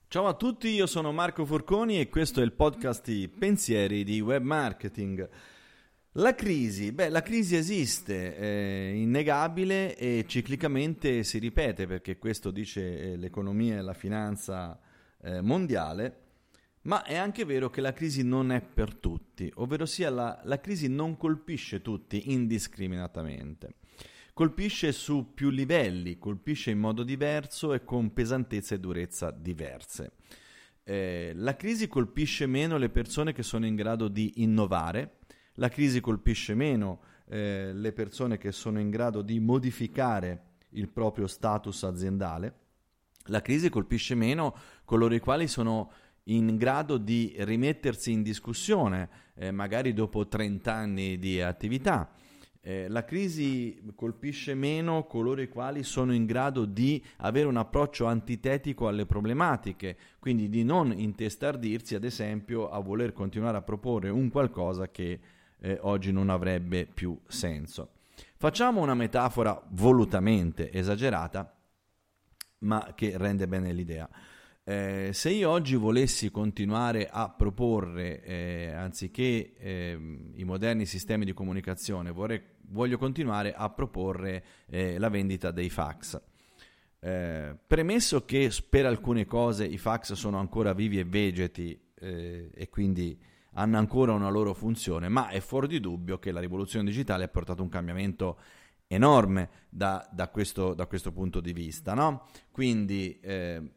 Ciao a tutti, io sono Marco Forconi e questo è il podcast di Pensieri di Web Marketing. La crisi esiste, è innegabile e ciclicamente si ripete perché questo dice l'economia e la finanza mondiale, ma è anche vero che la crisi non è per tutti, ovvero sia la crisi non colpisce tutti indiscriminatamente. Colpisce su più livelli, colpisce in modo diverso e con pesantezza e durezza diverse. La crisi colpisce meno le persone che sono in grado di innovare, la crisi colpisce meno le persone che sono in grado di modificare il proprio status aziendale, la crisi colpisce meno coloro i quali sono in grado di rimettersi in discussione, magari dopo 30 anni di attività. La crisi colpisce meno coloro i quali sono in grado di avere un approccio antitetico alle problematiche, quindi di non intestardirsi, ad esempio, a voler continuare a proporre un qualcosa che oggi non avrebbe più senso. Facciamo una metafora volutamente esagerata, ma che rende bene l'idea. Se io oggi volessi continuare a proporre, anziché i moderni sistemi di comunicazione, voglio continuare a proporre la vendita dei fax. Premesso che per alcune cose i fax sono ancora vivi e vegeti e quindi hanno ancora una loro funzione, ma è fuori di dubbio che la rivoluzione digitale ha portato un cambiamento enorme da questo punto di vista, no? Quindi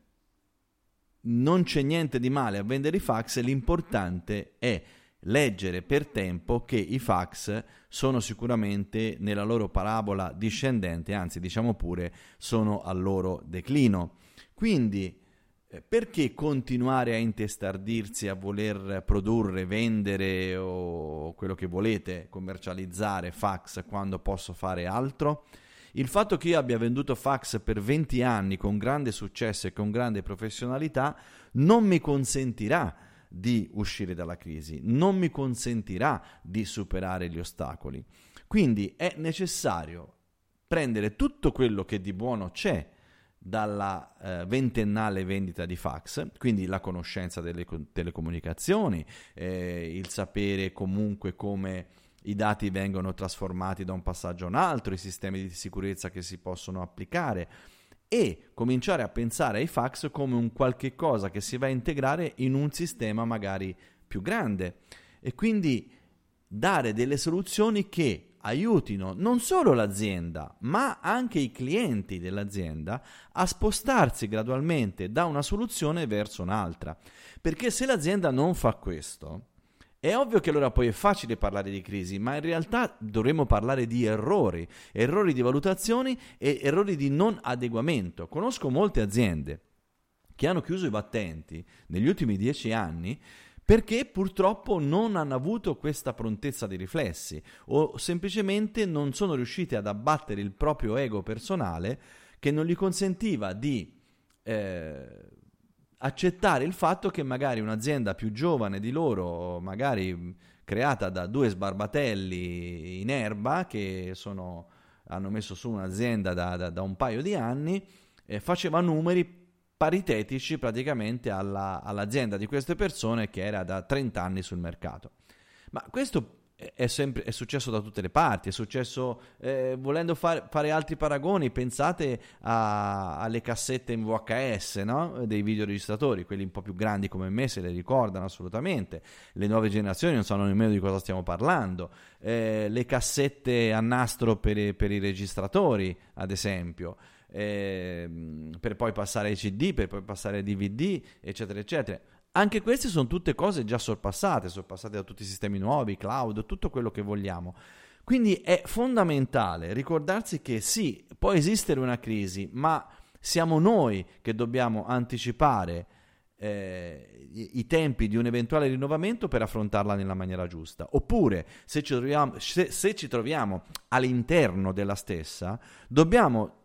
non c'è niente di male a vendere i fax, l'importante è leggere per tempo che i fax sono sicuramente nella loro parabola discendente, anzi diciamo pure sono al loro declino. Quindi perché continuare a intestardirsi a voler produrre, vendere o quello che volete, commercializzare fax quando posso fare altro? Il fatto che io abbia venduto fax per 20 anni con grande successo e con grande professionalità non mi consentirà di uscire dalla crisi, non mi consentirà di superare gli ostacoli. Quindi è necessario prendere tutto quello che di buono c'è dalla ventennale vendita di fax, quindi la conoscenza delle telecomunicazioni, il sapere comunque come i dati vengono trasformati da un passaggio a un altro, i sistemi di sicurezza che si possono applicare e cominciare a pensare ai fax come un qualche cosa che si va a integrare in un sistema magari più grande e quindi dare delle soluzioni che aiutino non solo l'azienda ma anche i clienti dell'azienda a spostarsi gradualmente da una soluzione verso un'altra, perché se l'azienda non fa questo è ovvio che allora poi è facile parlare di crisi, ma in realtà dovremmo parlare di errori di valutazioni e errori di non adeguamento. Conosco molte aziende che hanno chiuso i battenti negli ultimi 10 anni perché purtroppo non hanno avuto questa prontezza di riflessi o semplicemente non sono riusciti ad abbattere il proprio ego personale che non gli consentiva di accettare il fatto che magari un'azienda più giovane di loro, magari creata da due sbarbatelli in erba che hanno messo su un'azienda da un paio di anni, faceva numeri paritetici praticamente all'azienda di queste persone che era da 30 anni sul mercato. Ma questo è successo da tutte le parti, è successo volendo fare altri paragoni, pensate alle cassette in VHS, no? Dei videoregistratori, quelli un po' più grandi come me se le ricordano assolutamente, le nuove generazioni non sanno nemmeno di cosa stiamo parlando, le cassette a nastro per i registratori ad esempio, per poi passare ai CD, per poi passare ai DVD eccetera eccetera. Anche queste sono tutte cose già sorpassate da tutti i sistemi nuovi, cloud, tutto quello che vogliamo. Quindi è fondamentale ricordarsi che sì, può esistere una crisi, ma siamo noi che dobbiamo anticipare i tempi di un eventuale rinnovamento per affrontarla nella maniera giusta. Oppure, se ci troviamo all'interno della stessa, dobbiamo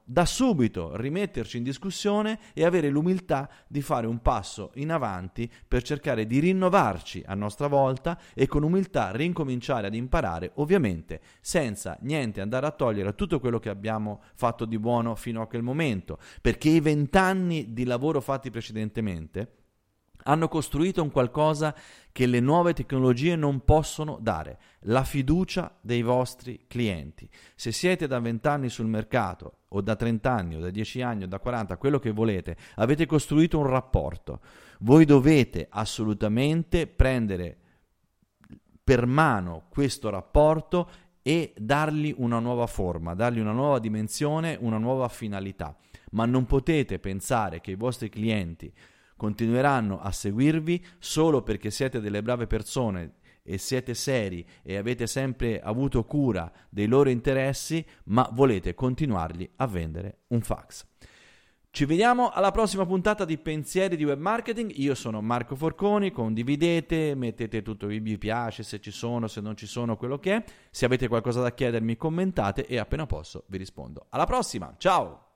da subito rimetterci in discussione e avere l'umiltà di fare un passo in avanti per cercare di rinnovarci a nostra volta e con umiltà rincominciare ad imparare, ovviamente senza niente andare a togliere a tutto quello che abbiamo fatto di buono fino a quel momento, perché i 20 anni di lavoro fatti precedentemente hanno costruito un qualcosa che le nuove tecnologie non possono dare, la fiducia dei vostri clienti. Se siete da 20 anni sul mercato, o da 30 anni, o da 10 anni, o da 40, quello che volete, avete costruito un rapporto, voi dovete assolutamente prendere per mano questo rapporto e dargli una nuova forma, dargli una nuova dimensione, una nuova finalità. Ma non potete pensare che i vostri clienti continueranno a seguirvi solo perché siete delle brave persone e siete seri e avete sempre avuto cura dei loro interessi, ma volete continuargli a vendere un fax. Ci vediamo alla prossima puntata di Pensieri di Web Marketing. Io sono Marco Forconi, condividete, mettete tutto i mi piace se ci sono, se non ci sono, quello che è. Se avete qualcosa da chiedermi commentate e appena posso vi rispondo. Alla prossima, ciao!